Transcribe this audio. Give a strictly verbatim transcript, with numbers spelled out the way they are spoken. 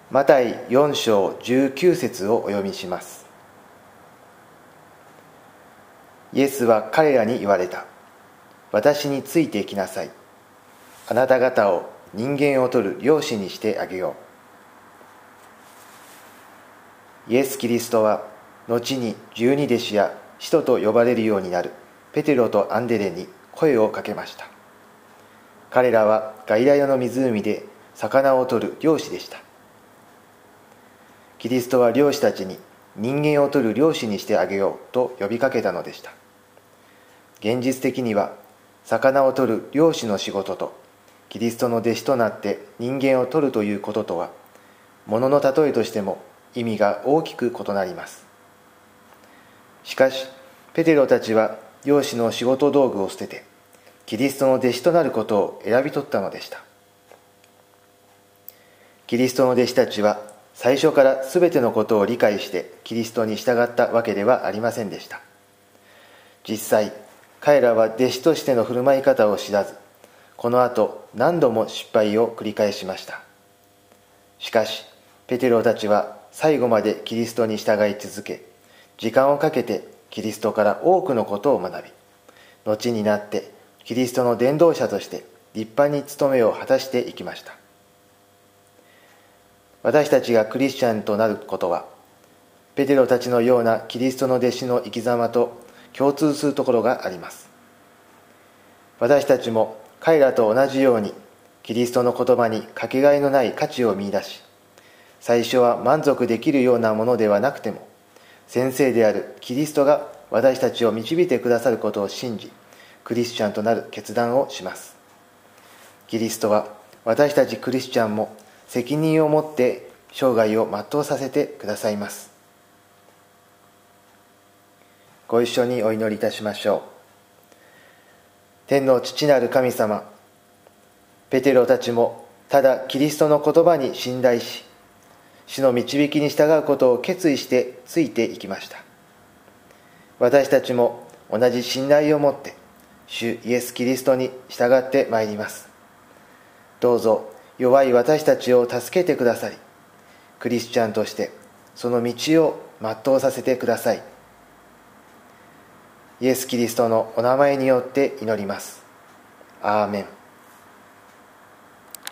マタイよん章じゅうきゅう節をお読みします。イエスは彼らに言われた。私についてきなさい。あなた方を人間を取る漁師にしてあげよう。イエス・キリストは後に十二弟子や使徒と呼ばれるようになるペテロとアンデレに声をかけました。彼らはガリラヤの湖で魚を取る漁師でした。キリストは漁師たちに人間を取る漁師にしてあげようと呼びかけたのでした。現実的には魚を取る漁師の仕事とキリストの弟子となって人間を取るということとは、ものの例えとしても意味が大きく異なります。しかしペテロたちは漁師の仕事道具を捨ててキリストの弟子となることを選び取ったのでした。キリストの弟子たちは最初からすべてのことを理解してキリストに従ったわけではありませんでした。実際彼らは弟子としての振る舞い方を知らず、この後何度も失敗を繰り返しました。しかしペテロたちは最後までキリストに従い続け、時間をかけてキリストから多くのことを学び、後になってキリストの伝道者として立派に務めを果たしていきました。私たちがクリスチャンとなることは、ペテロたちのようなキリストの弟子の生き様と共通するところがあります。私たちも彼らと同じようにキリストの言葉にかけがえのない価値を見出し、最初は満足できるようなものではなくても、先生であるキリストが私たちを導いてくださることを信じ、クリスチャンとなる決断をします。キリストは私たちクリスチャンも責任を持って生涯を全うさせてくださいます。ご一緒にお祈りいたしましょう。天の父なる神様、ペテロたちもただキリストの言葉に信頼し、主の導きに従うことを決意してついていきました。私たちも同じ信頼を持って主イエス・キリストに従ってまいります。どうぞ弱い私たちを助けてくださり、クリスチャンとしてその道を全うさせてください。イエス・キリストのお名前によって祈ります。アーメン。